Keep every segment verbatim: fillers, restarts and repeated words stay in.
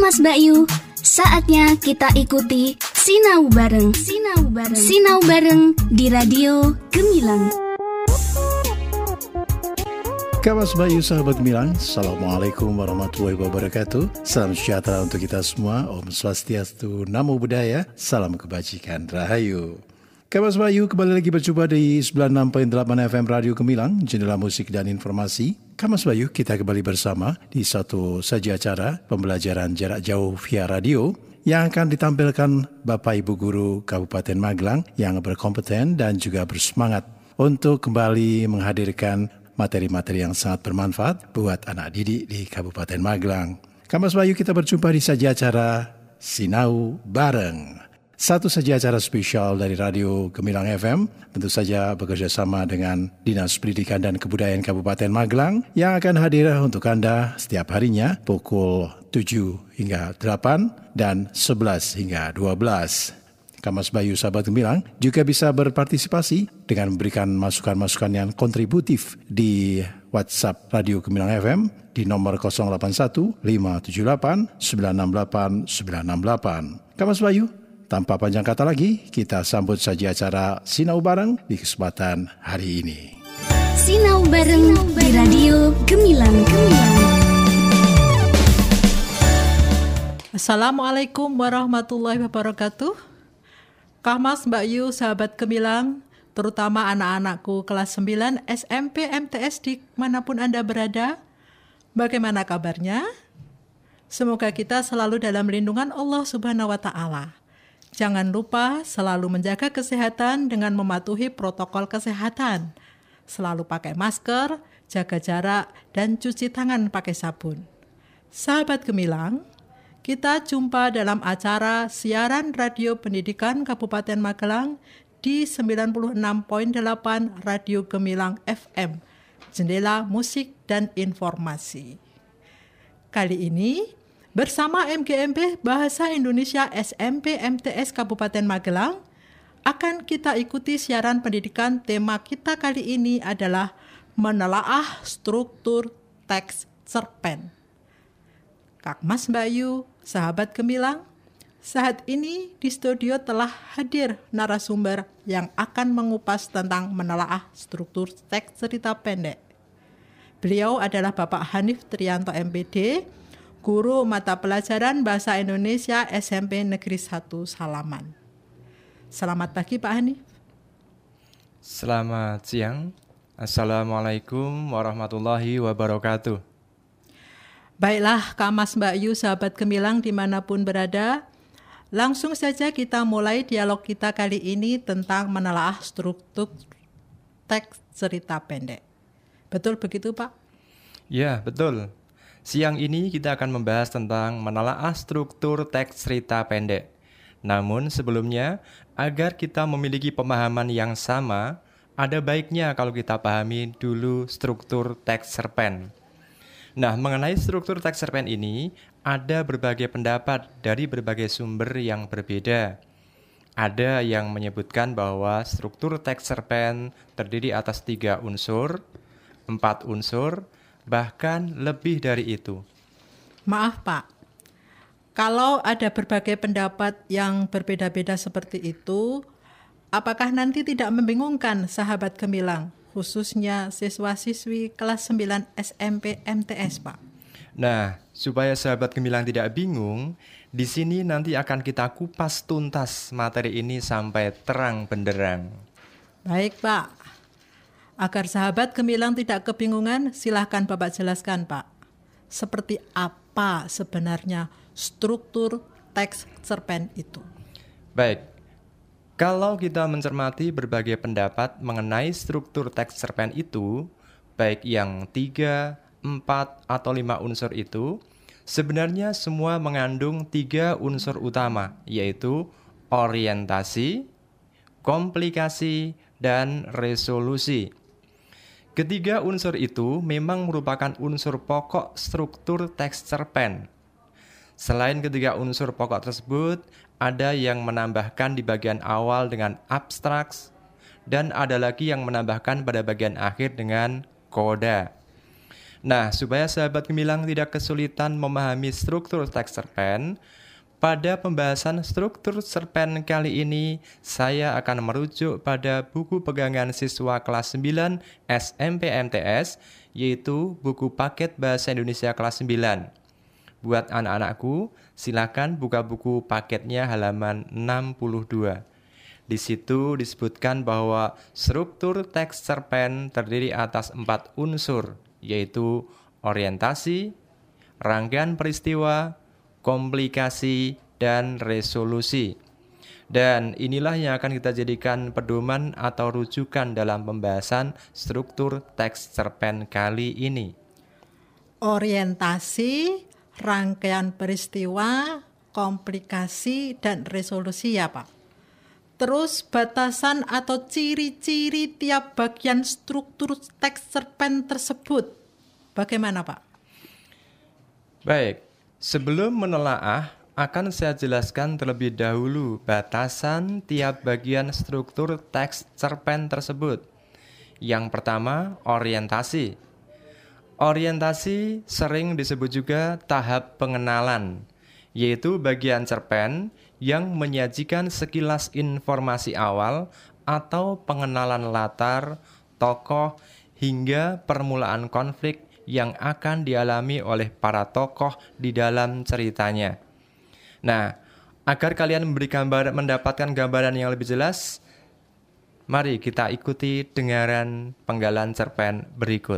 Kamas Bayu, saatnya kita ikuti Sinau Bareng. Sinau Bareng. Sinau Bareng di Radio Gemilang. Kamas Bayu, sahabat Gemilang, Assalamualaikum warahmatullahi wabarakatuh. Salam sejahtera untuk kita semua. Om Swastiastu, Namo Buddhaya, salam kebajikan, Rahayu. Kamas Bayu kembali lagi berjumpa di sembilan puluh enam koma delapan F M Radio Gemilang, jendela musik dan informasi. Kamas Bayu, kita kembali bersama di satu saja acara pembelajaran jarak jauh via radio yang akan ditampilkan Bapak Ibu Guru Kabupaten Magelang yang berkompeten dan juga bersemangat untuk kembali menghadirkan materi-materi yang sangat bermanfaat buat anak didik di Kabupaten Magelang. Kamas Bayu, kita berjumpa di saja acara Sinau Bareng. Satu saja acara spesial dari Radio Gemilang F M, tentu saja bekerja sama dengan Dinas Pendidikan dan Kebudayaan Kabupaten Magelang yang akan hadir untuk Anda setiap harinya pukul tujuh hingga delapan dan sebelas hingga dua belas. Kamas Bayu sahabat Gemilang juga bisa berpartisipasi dengan memberikan masukan-masukan yang kontributif di WhatsApp Radio Gemilang F M di nomor nol delapan satu lima tujuh delapan sembilan enam delapan sembilan enam delapan. Kamas Bayu, tanpa panjang kata lagi, kita sambut saja acara Sinau Bareng di kesempatan hari ini. Sinau Bareng di Radio Gemilang. Gemilang. Assalamualaikum warahmatullahi wabarakatuh. Kamas Bayu, sahabat Gemilang, terutama anak-anakku kelas sembilan S M P M T S di manapun Anda berada. Bagaimana kabarnya? Semoga kita selalu dalam lindungan Allah Subhanahu wa Ta'ala. Jangan lupa selalu menjaga kesehatan dengan mematuhi protokol kesehatan. Selalu pakai masker, jaga jarak, dan cuci tangan pakai sabun. Sahabat Gemilang, kita jumpa dalam acara siaran Radio Pendidikan Kabupaten Magelang di sembilan puluh enam koma delapan Radio Gemilang F M, jendela musik dan informasi. Kali ini, bersama M G M P Bahasa Indonesia S M P M T S Kabupaten Magelang, akan kita ikuti siaran pendidikan. Tema kita kali ini adalah menelaah struktur teks cerpen. Kak Mas Bayu, sahabat Gemilang, saat ini di studio telah hadir narasumber yang akan mengupas tentang menelaah struktur teks cerita pendek. Beliau adalah Bapak Hanif Trianto M Pd, Guru Mata Pelajaran Bahasa Indonesia S M P Negeri satu Salaman. Selamat pagi Pak Hanif. Selamat siang. Assalamualaikum warahmatullahi wabarakatuh. Baiklah Kamas Mbak Yu, sahabat Gemilang dimanapun berada, langsung saja kita mulai dialog kita kali ini tentang menelaah struktur teks cerita pendek. Betul begitu Pak? Ya, betul. Siang ini kita akan membahas tentang menelaah struktur teks cerita pendek. Namun sebelumnya, agar kita memiliki pemahaman yang sama, ada baiknya kalau kita pahami dulu struktur teks cerpen. Nah, mengenai struktur teks cerpen ini, ada berbagai pendapat dari berbagai sumber yang berbeda. Ada yang menyebutkan bahwa struktur teks cerpen terdiri atas tiga unsur, empat unsur, bahkan lebih dari itu. Maaf Pak, kalau ada berbagai pendapat yang berbeda-beda seperti itu, apakah nanti tidak membingungkan sahabat Gemilang, khususnya siswa-siswi kelas sembilan S M P M T S Pak? Nah, supaya sahabat Gemilang tidak bingung, di sini nanti akan kita kupas tuntas materi ini sampai terang benderang. Baik Pak. Agar sahabat Gemilang tidak kebingungan, silahkan Bapak jelaskan Pak. Seperti apa sebenarnya struktur teks cerpen itu? Baik, kalau kita mencermati berbagai pendapat mengenai struktur teks cerpen itu, baik yang tiga, empat, atau lima unsur itu, sebenarnya semua mengandung tiga unsur utama, yaitu orientasi, komplikasi, dan resolusi. Ketiga unsur itu memang merupakan unsur pokok struktur teks cerpen. Selain ketiga unsur pokok tersebut, ada yang menambahkan di bagian awal dengan abstraks, dan ada lagi yang menambahkan pada bagian akhir dengan koda. Nah, supaya sahabat gemilang tidak kesulitan memahami struktur teks cerpen, pada pembahasan struktur cerpen kali ini, saya akan merujuk pada buku pegangan siswa kelas sembilan S M P M T S, yaitu buku paket Bahasa Indonesia kelas sembilan. Buat anak-anakku, silakan buka buku paketnya halaman enam puluh dua. Di situ disebutkan bahwa struktur teks cerpen terdiri atas empat unsur, yaitu orientasi, rangkaian peristiwa, komplikasi, dan resolusi. Dan inilah yang akan kita jadikan pedoman atau rujukan dalam pembahasan struktur teks cerpen kali ini. Orientasi, rangkaian peristiwa, komplikasi, dan resolusi ya Pak. Terus batasan atau ciri-ciri tiap bagian struktur teks cerpen tersebut. Bagaimana Pak? Baik, sebelum menelaah akan saya jelaskan terlebih dahulu batasan tiap bagian struktur teks cerpen tersebut. Yang pertama, orientasi. Orientasi sering disebut juga tahap pengenalan, yaitu bagian cerpen yang menyajikan sekilas informasi awal atau pengenalan latar, tokoh, hingga permulaan konflik yang akan dialami oleh para tokoh di dalam ceritanya. Nah, agar kalian memberi gambar, mendapatkan gambaran yang lebih jelas, mari kita ikuti dengaran penggalan cerpen berikut.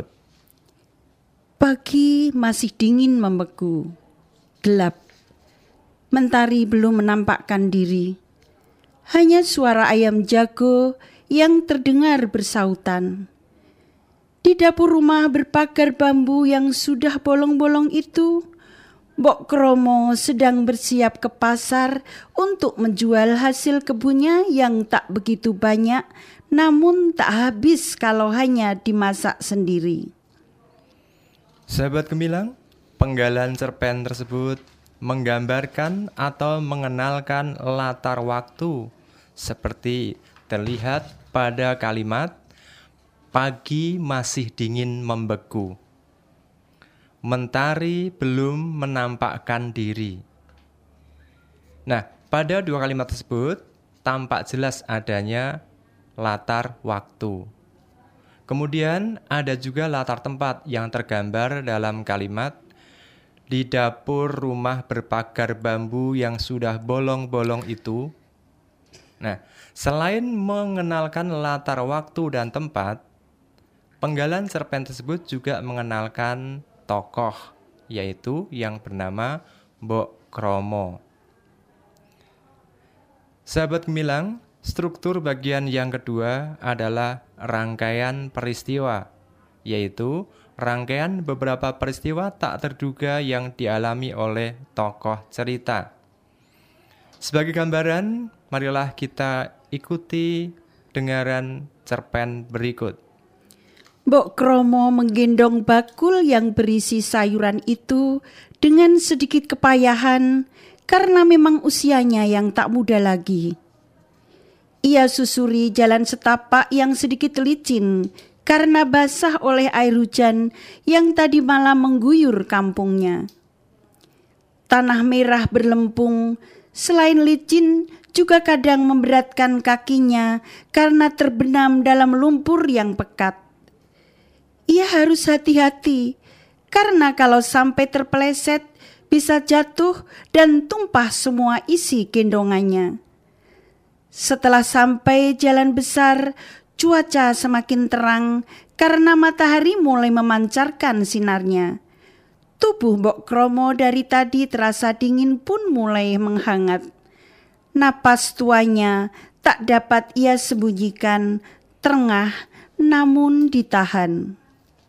Pagi masih dingin membeku, gelap. Mentari belum menampakkan diri. Hanya suara ayam jago yang terdengar bersautan. Di dapur rumah berpagar bambu yang sudah bolong-bolong itu, Mbok Kromo sedang bersiap ke pasar untuk menjual hasil kebunnya yang tak begitu banyak, namun tak habis kalau hanya dimasak sendiri. Sahabat gemilang, penggalan cerpen tersebut menggambarkan atau mengenalkan latar waktu seperti terlihat pada kalimat pagi masih dingin membeku. Mentari belum menampakkan diri. Nah, pada dua kalimat tersebut tampak jelas adanya latar waktu. Kemudian ada juga latar tempat yang tergambar dalam kalimat di dapur rumah berpagar bambu yang sudah bolong-bolong itu. Nah, selain mengenalkan latar waktu dan tempat, penggalan cerpen tersebut juga mengenalkan tokoh, yaitu yang bernama Mbok Kromo. Sahabat gemilang, struktur bagian yang kedua adalah rangkaian peristiwa, yaitu rangkaian beberapa peristiwa tak terduga yang dialami oleh tokoh cerita. Sebagai gambaran, marilah kita ikuti dengaran cerpen berikut. Mbok Kromo menggendong bakul yang berisi sayuran itu dengan sedikit kepayahan karena memang usianya yang tak muda lagi. Ia susuri jalan setapak yang sedikit licin karena basah oleh air hujan yang tadi malam mengguyur kampungnya. Tanah merah berlempung, selain licin juga kadang memberatkan kakinya karena terbenam dalam lumpur yang pekat. Ia harus hati-hati karena kalau sampai terpeleset bisa jatuh dan tumpah semua isi gendongannya. Setelah sampai jalan besar, cuaca semakin terang karena matahari mulai memancarkan sinarnya. Tubuh Mbok Kromo dari tadi terasa dingin pun mulai menghangat. Napas tuanya tak dapat ia sembunyikan, terengah namun ditahan.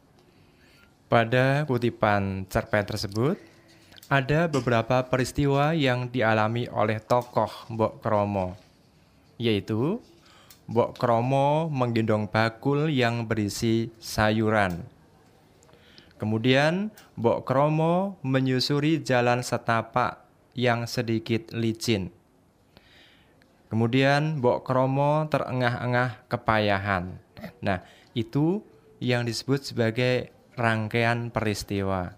Pada kutipan cerpen tersebut, ada beberapa peristiwa yang dialami oleh tokoh Mbok Kromo, yaitu Mbok Kromo menggendong bakul yang berisi sayuran. Kemudian Mbok Kromo menyusuri jalan setapak yang sedikit licin. Kemudian Mbok Kromo terengah-engah kepayahan. Nah, itu yang disebut sebagai rangkaian peristiwa.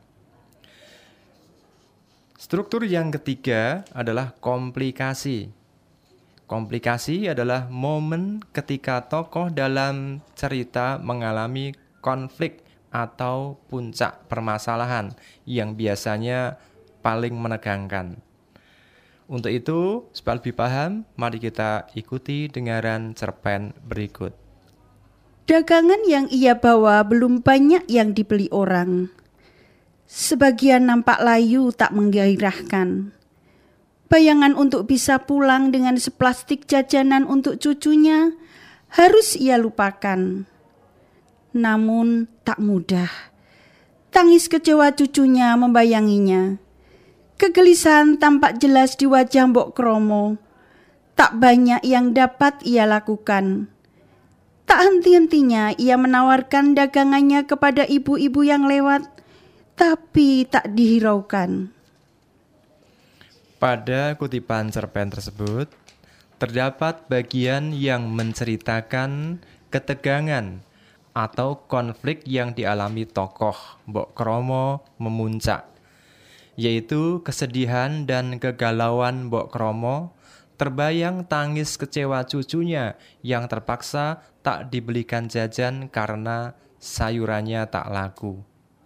Struktur yang ketiga adalah komplikasi. Komplikasi adalah momen ketika tokoh dalam cerita mengalami konflik atau puncak permasalahan yang biasanya paling menegangkan. Untuk itu, supaya lebih paham, mari kita ikuti dengaran cerpen berikut. Dagangan yang ia bawa belum banyak yang dibeli orang. Sebagian nampak layu tak menggairahkan. Bayangan untuk bisa pulang dengan seplastik jajanan untuk cucunya harus ia lupakan. Namun tak mudah. Tangis kecewa cucunya membayanginya. Kegelisahan tampak jelas di wajah Mbok Kromo. Tak banyak yang dapat ia lakukan. Tak henti-hentinya ia menawarkan dagangannya kepada ibu-ibu yang lewat, tapi tak dihiraukan. Pada kutipan cerpen tersebut, terdapat bagian yang menceritakan ketegangan atau konflik yang dialami tokoh Mbok Kromo memuncak, yaitu kesedihan dan kegalauan Mbok Kromo, terbayang tangis kecewa cucunya yang terpaksa tak dibelikan jajan karena sayurannya tak laku.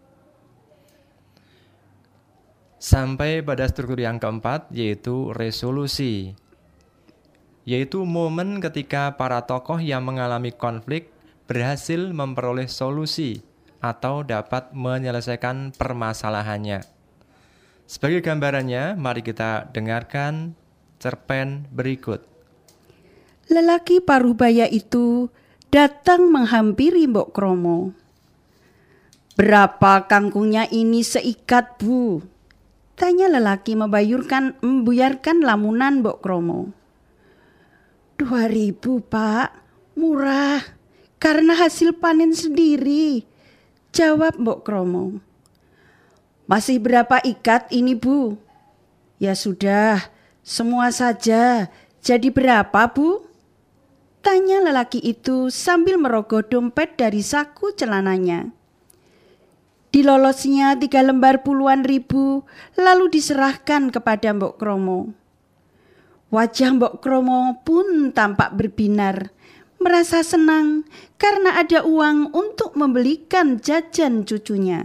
Sampai pada struktur yang keempat, yaitu resolusi, yaitu momen ketika para tokoh yang mengalami konflik berhasil memperoleh solusi atau dapat menyelesaikan permasalahannya. Sebagai gambarannya, mari kita dengarkan cerpen berikut. Lelaki paruh-baya itu datang menghampiri Mbok Kromo. "Berapa kangkungnya ini seikat, Bu?" tanya lelaki membayurkan, membuyarkan lamunan Mbok Kromo. Dua ribu, Pak. Murah. Karena hasil panen sendiri, jawab Mbok Kromo. Masih berapa ikat ini, Bu? Ya sudah, semua saja. Jadi berapa, Bu? Tanya lelaki itu sambil merogoh dompet dari saku celananya. Dilolosnya tiga lembar puluhan ribu, lalu diserahkan kepada Mbok Kromo. Wajah Mbok Kromo pun tampak berbinar, merasa senang karena ada uang untuk membelikan jajan cucunya.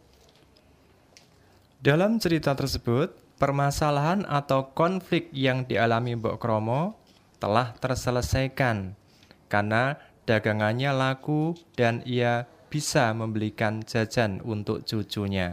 Dalam cerita tersebut, permasalahan atau konflik yang dialami Mbok Kromo telah terselesaikan karena dagangannya laku dan ia bisa membelikan jajan untuk cucunya.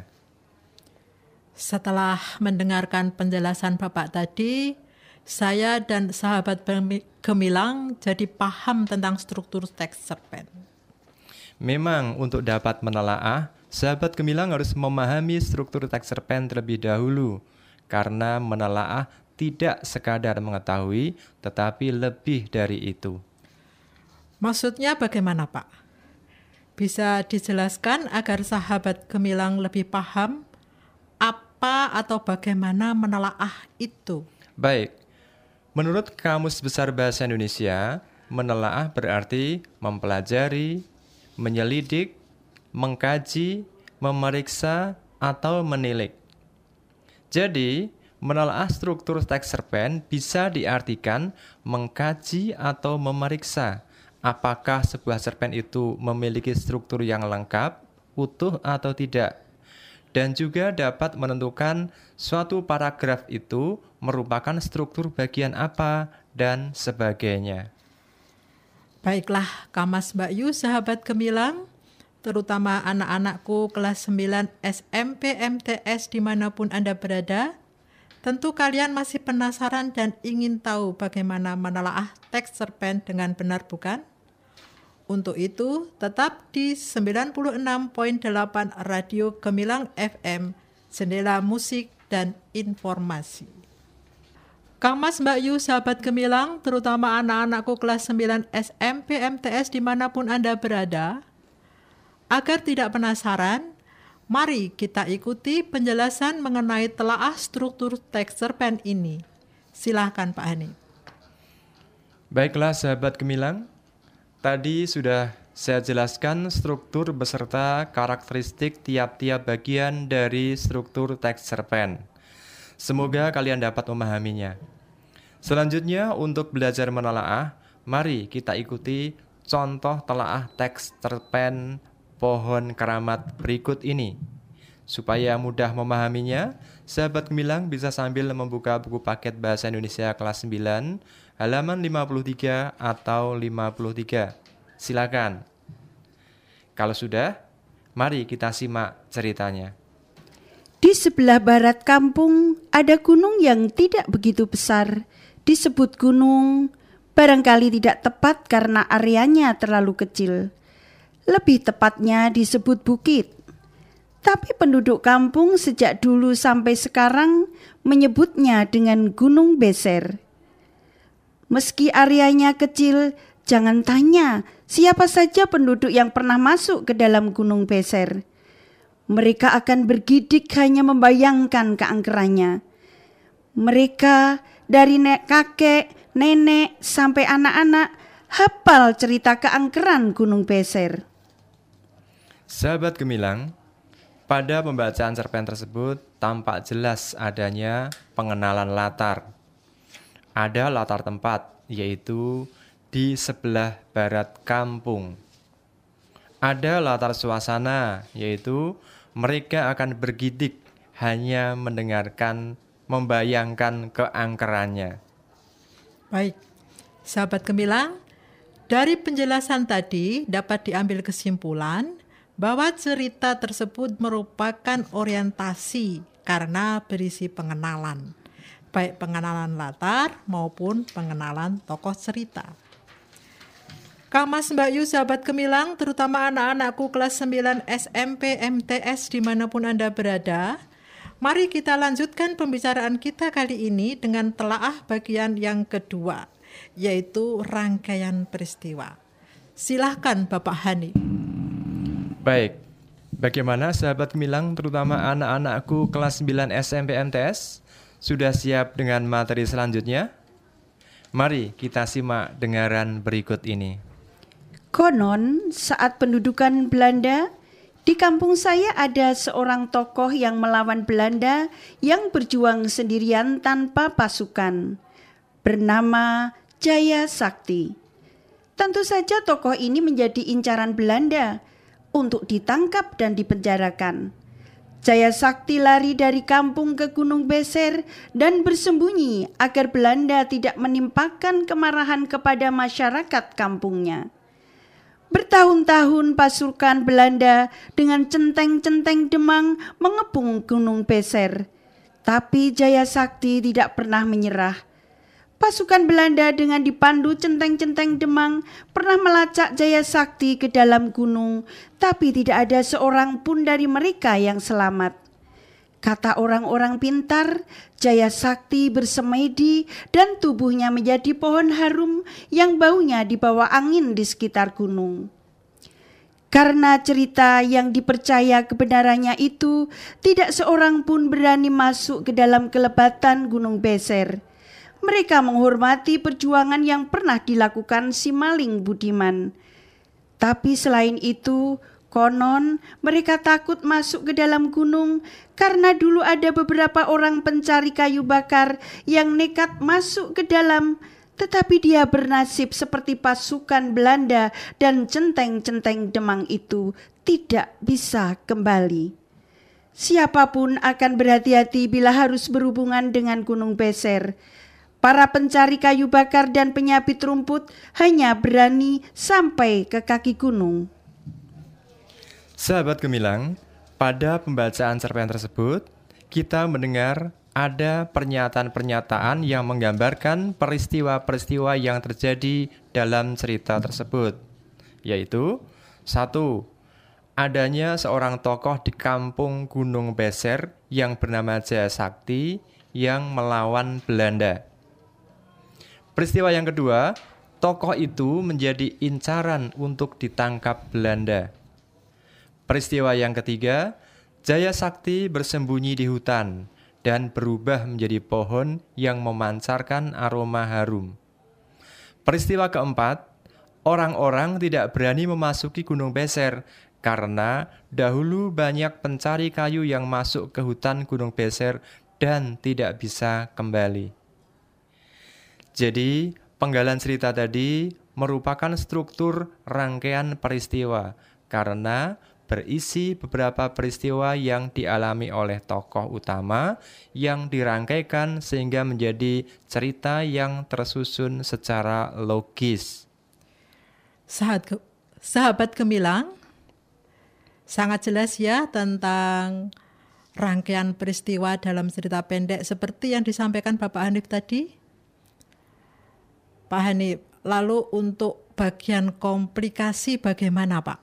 Setelah mendengarkan penjelasan Bapak tadi, saya dan sahabat Gemilang jadi paham tentang struktur teks cerpen. Memang untuk dapat menelaah, sahabat Gemilang harus memahami struktur teks cerpen terlebih dahulu, karena menelaah tidak sekadar mengetahui, tetapi lebih dari itu. Maksudnya bagaimana, Pak? Bisa dijelaskan agar sahabat Gemilang lebih paham apa atau bagaimana menelaah itu? Baik, menurut Kamus Besar Bahasa Indonesia, menelaah berarti mempelajari, menyelidik, mengkaji, memeriksa, atau menilik. Jadi, menelaah struktur teks cerpen bisa diartikan mengkaji atau memeriksa apakah sebuah cerpen itu memiliki struktur yang lengkap, utuh atau tidak. Dan juga dapat menentukan suatu paragraf itu merupakan struktur bagian apa dan sebagainya. Baiklah, Kamas Mbak Yu, sahabat Gemilang, terutama anak-anakku kelas sembilan S M P M T S dimanapun Anda berada, tentu kalian masih penasaran dan ingin tahu bagaimana menelaah teks cerpen dengan benar, bukan? Untuk itu, tetap di sembilan puluh enam koma delapan Radio Gemilang F M, Jendela Musik dan Informasi. Kang Mas, Mbak Yu, sahabat Gemilang, terutama anak-anakku kelas sembilan S M P M T S dimanapun Anda berada, agar tidak penasaran, mari kita ikuti penjelasan mengenai telaah struktur teks cerpen ini. Silahkan Pak Hanif. Baiklah sahabat Gemilang, tadi sudah saya jelaskan struktur beserta karakteristik tiap-tiap bagian dari struktur teks cerpen. Semoga kalian dapat memahaminya. Selanjutnya, untuk belajar menelaah, mari kita ikuti contoh telaah teks cerpen Pohon Keramat berikut ini. Supaya mudah memahaminya, sahabat gemilang bisa sambil membuka buku paket Bahasa Indonesia kelas sembilan, halaman lima puluh tiga atau lima puluh tiga. Silakan. Kalau sudah, mari kita simak ceritanya. Di sebelah barat kampung ada gunung yang tidak begitu besar. Disebut gunung, barangkali tidak tepat karena areanya terlalu kecil. Lebih tepatnya disebut bukit. Tapi penduduk kampung sejak dulu sampai sekarang menyebutnya dengan Gunung Beser. Meski areanya kecil, jangan tanya siapa saja penduduk yang pernah masuk ke dalam Gunung Beser. Mereka akan bergidik hanya membayangkan keangkerannya. Mereka dari nek kakek, nenek, sampai anak-anak hafal cerita keangkeran Gunung Beser. Sahabat gemilang, pada pembacaan cerpen tersebut tampak jelas adanya pengenalan latar. Ada latar tempat, yaitu di sebelah barat kampung. Ada latar suasana, yaitu mereka akan bergidik hanya mendengarkan, membayangkan keangkerannya. Baik, sahabat gemilang, dari penjelasan tadi dapat diambil kesimpulan bahwa cerita tersebut merupakan orientasi karena berisi pengenalan, baik pengenalan latar maupun pengenalan tokoh cerita. Kang Mas Mbak Yu, sahabat gemilang, terutama anak-anakku kelas sembilan S M P M T S dimanapun Anda berada, mari kita lanjutkan pembicaraan kita kali ini dengan telaah bagian yang kedua, yaitu rangkaian peristiwa. Silahkan Bapak Hani. Baik, bagaimana sahabat gemilang, terutama anak-anakku kelas sembilan S M P M T S? Sudah siap dengan materi selanjutnya? Mari kita simak dengaran berikut ini. Konon, saat pendudukan Belanda, di kampung saya ada seorang tokoh yang melawan Belanda yang berjuang sendirian tanpa pasukan, bernama Jaya Sakti. Tentu saja tokoh ini menjadi incaran Belanda untuk ditangkap dan dipenjarakan. Jaya Sakti lari dari kampung ke Gunung Beser dan bersembunyi agar Belanda tidak menimpakan kemarahan kepada masyarakat kampungnya. Bertahun-tahun pasukan Belanda dengan centeng-centeng demang mengepung Gunung Beser, tapi Jaya Sakti tidak pernah menyerah. Pasukan Belanda dengan dipandu centeng-centeng demang pernah melacak Jaya Sakti ke dalam gunung, tapi tidak ada seorang pun dari mereka yang selamat. Kata orang-orang pintar, Jaya Sakti bersemedi dan tubuhnya menjadi pohon harum yang baunya dibawa angin di sekitar gunung. Karena cerita yang dipercaya kebenarannya itu, tidak seorang pun berani masuk ke dalam kelebatan Gunung Beser. Mereka menghormati perjuangan yang pernah dilakukan si maling budiman. Tapi selain itu, konon mereka takut masuk ke dalam gunung karena dulu ada beberapa orang pencari kayu bakar yang nekat masuk ke dalam, tetapi dia bernasib seperti pasukan Belanda dan centeng-centeng demang itu tidak bisa kembali. Siapapun akan berhati-hati bila harus berhubungan dengan Gunung Beser. Para pencari kayu bakar dan penyabit rumput hanya berani sampai ke kaki gunung. Sahabat gemilang, pada pembacaan cerpen tersebut, kita mendengar ada pernyataan-pernyataan yang menggambarkan peristiwa-peristiwa yang terjadi dalam cerita tersebut, yaitu satu. Adanya seorang tokoh di kampung Gunung Beser yang bernama Jaya Sakti yang melawan Belanda. Peristiwa yang kedua, tokoh itu menjadi incaran untuk ditangkap Belanda. Peristiwa yang ketiga, Jaya Sakti bersembunyi di hutan dan berubah menjadi pohon yang memancarkan aroma harum. Peristiwa keempat, orang-orang tidak berani memasuki Gunung Beser karena dahulu banyak pencari kayu yang masuk ke hutan Gunung Beser dan tidak bisa kembali. Jadi, penggalan cerita tadi merupakan struktur rangkaian peristiwa karena berisi beberapa peristiwa yang dialami oleh tokoh utama yang dirangkaikan sehingga menjadi cerita yang tersusun secara logis. Sahabat, sahabat Gemilang, sangat jelas ya tentang rangkaian peristiwa dalam cerita pendek seperti yang disampaikan Bapak Hanif tadi. Pak Hanif, lalu untuk bagian komplikasi bagaimana Pak?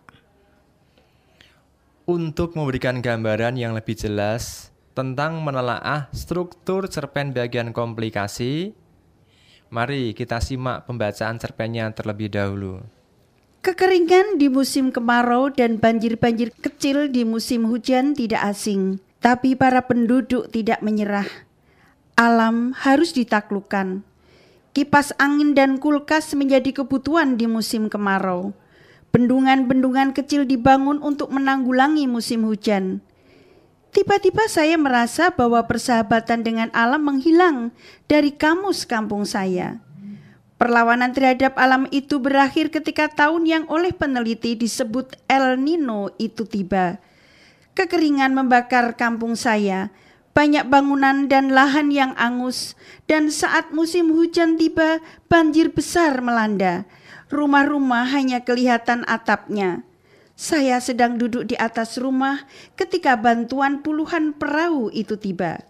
Untuk memberikan gambaran yang lebih jelas tentang menelaah struktur cerpen bagian komplikasi, mari kita simak pembacaan cerpennya terlebih dahulu. Kekeringan di musim kemarau dan banjir-banjir kecil di musim hujan tidak asing, tapi para penduduk tidak menyerah. Alam harus ditaklukkan. Kipas angin dan kulkas menjadi kebutuhan di musim kemarau. Bendungan-bendungan kecil dibangun untuk menanggulangi musim hujan. Tiba-tiba saya merasa bahwa persahabatan dengan alam menghilang dari kamus kampung saya. Perlawanan terhadap alam itu berakhir ketika tahun yang oleh peneliti disebut El Nino itu tiba. Kekeringan membakar kampung saya, banyak bangunan dan lahan yang angus, dan saat musim hujan tiba, banjir besar melanda. Rumah-rumah hanya kelihatan atapnya. Saya sedang duduk di atas rumah ketika bantuan puluhan perahu itu tiba.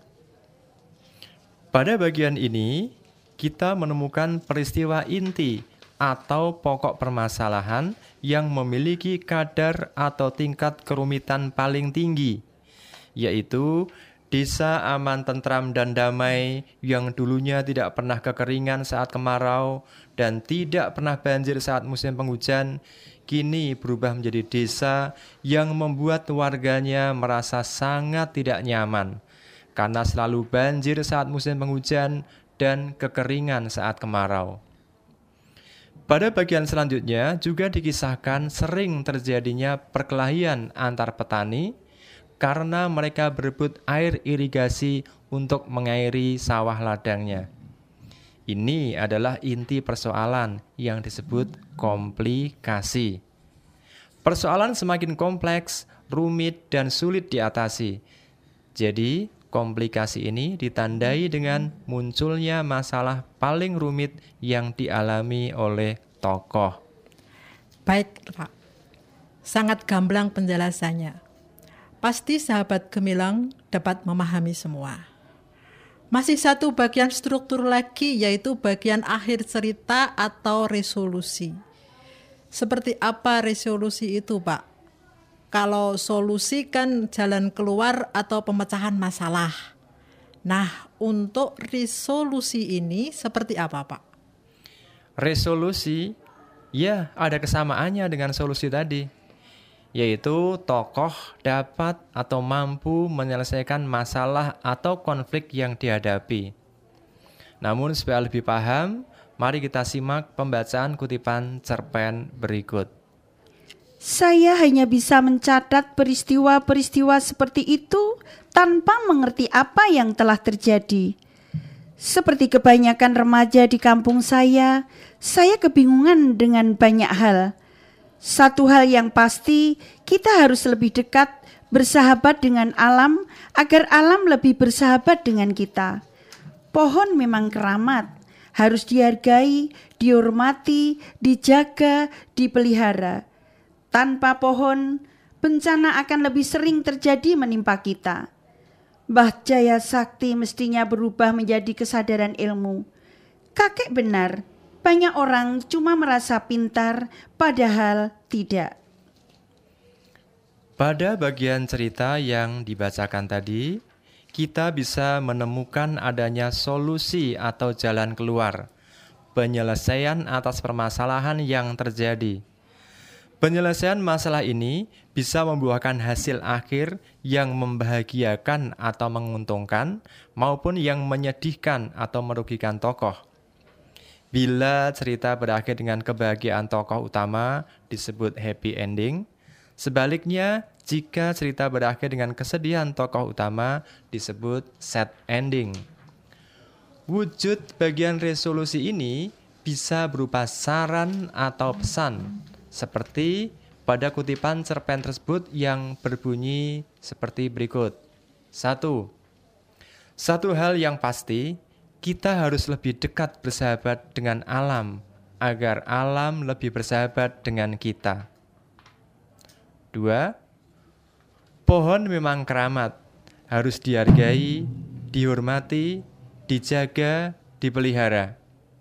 Pada bagian ini, kita menemukan peristiwa inti atau pokok permasalahan yang memiliki kadar atau tingkat kerumitan paling tinggi, yaitu desa aman, tentram, dan damai yang dulunya tidak pernah kekeringan saat kemarau dan tidak pernah banjir saat musim penghujan, kini berubah menjadi desa yang membuat warganya merasa sangat tidak nyaman karena selalu banjir saat musim penghujan dan kekeringan saat kemarau. Pada bagian selanjutnya juga dikisahkan sering terjadinya perkelahian antar petani karena mereka berebut air irigasi untuk mengairi sawah ladangnya. Ini adalah inti persoalan yang disebut komplikasi. Persoalan semakin kompleks, rumit, dan sulit diatasi. Jadi, komplikasi ini ditandai dengan munculnya masalah paling rumit yang dialami oleh tokoh. Baik, Pak. Sangat gamblang penjelasannya. Pasti sahabat Gemilang dapat memahami semua. Masih satu bagian struktur lagi, yaitu bagian akhir cerita atau resolusi. Seperti apa resolusi itu, Pak? Kalau solusi kan jalan keluar atau pemecahan masalah. Nah, untuk resolusi ini seperti apa, Pak? Resolusi, ya ada kesamaannya dengan solusi tadi, yaitu tokoh dapat atau mampu menyelesaikan masalah atau konflik yang dihadapi. Namun supaya lebih paham, mari kita simak pembacaan kutipan cerpen berikut. Saya hanya bisa mencatat peristiwa-peristiwa seperti itu tanpa mengerti apa yang telah terjadi. Seperti kebanyakan remaja di kampung saya, saya kebingungan dengan banyak hal. Satu hal yang pasti, kita harus lebih dekat bersahabat dengan alam agar alam lebih bersahabat dengan kita. Pohon memang keramat, harus dihargai, dihormati, dijaga, dipelihara. Tanpa pohon, bencana akan lebih sering terjadi menimpa kita. Mbah Jaya Sakti mestinya berubah menjadi kesadaran ilmu. Kakek benar. Banyak orang cuma merasa pintar, padahal tidak. Pada bagian cerita yang dibacakan tadi, kita bisa menemukan adanya solusi atau jalan keluar, penyelesaian atas permasalahan yang terjadi. Penyelesaian masalah ini bisa membuahkan hasil akhir yang membahagiakan atau menguntungkan, maupun yang menyedihkan atau merugikan tokoh. Bila cerita berakhir dengan kebahagiaan tokoh utama disebut happy ending. Sebaliknya, jika cerita berakhir dengan kesedihan tokoh utama disebut sad ending. Wujud bagian resolusi ini bisa berupa saran atau pesan, seperti pada kutipan cerpen tersebut yang berbunyi seperti berikut. Satu. Satu hal yang pasti, kita harus lebih dekat bersahabat dengan alam, agar alam lebih bersahabat dengan kita. Dua. Pohon memang keramat, harus dihargai, dihormati, dijaga, dipelihara.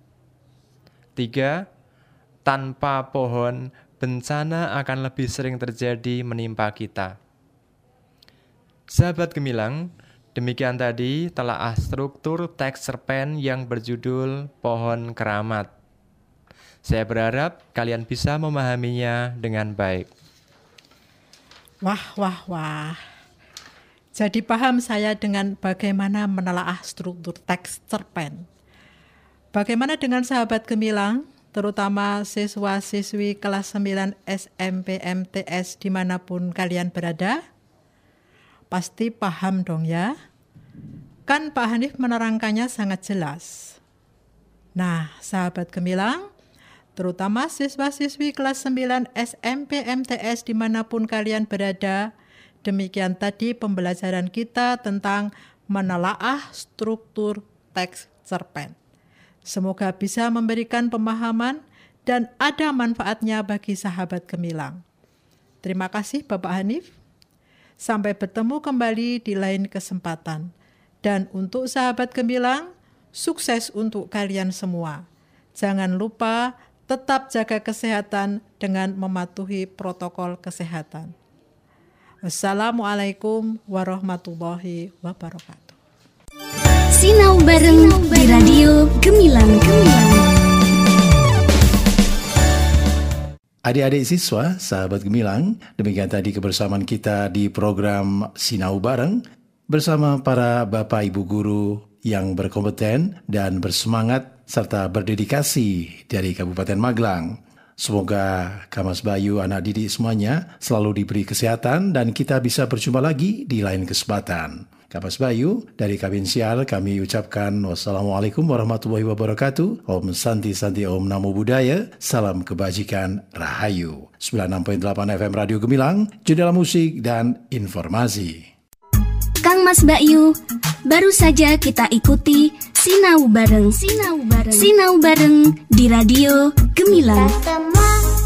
Tiga. Tanpa pohon, bencana akan lebih sering terjadi menimpa kita. Sahabat Gemilang, demikian tadi telaah struktur teks cerpen yang berjudul Pohon Keramat. Saya berharap kalian bisa memahaminya dengan baik. Wah, wah, wah. Jadi paham saya dengan bagaimana menelaah struktur teks cerpen. Bagaimana dengan sahabat Gemilang, terutama siswa-siswi kelas sembilan S M P M T S dimanapun kalian berada? Pasti paham dong ya? Kan Pak Hanif menerangkannya sangat jelas. Nah, sahabat Gemilang, terutama siswa-siswi kelas sembilan S M P M T S dimanapun kalian berada, demikian tadi pembelajaran kita tentang menelaah struktur teks cerpen. Semoga bisa memberikan pemahaman dan ada manfaatnya bagi sahabat Gemilang. Terima kasih Bapak Hanif. Sampai bertemu kembali di lain kesempatan. Dan untuk sahabat Gemilang, sukses untuk kalian semua. Jangan lupa tetap jaga kesehatan dengan mematuhi protokol kesehatan. Wassalamualaikum warahmatullahi wabarakatuh. Sinau bareng di Radio Gemilang Gemilang. Adik-adik siswa, sahabat Gemilang, demikian tadi kebersamaan kita di program Sinau Bareng bersama para Bapak Ibu Guru yang berkompeten dan bersemangat serta berdedikasi dari Kabupaten Magelang. Semoga Kamas Bayu, anak didik semuanya selalu diberi kesehatan dan kita bisa berjumpa lagi di lain kesempatan. Kamas Bayu, dari Kabin Siar kami ucapkan wassalamualaikum warahmatullahi wabarakatuh. Om Santi Santi Om Namo Buddhaya. Salam kebajikan Rahayu. sembilan puluh enam koma delapan F M Radio Gemilang, jendela musik dan informasi. Kang Mas Bayu, baru saja kita ikuti Sinau Bareng. Sinau Bareng. Sinau Bareng di Radio Gemilang.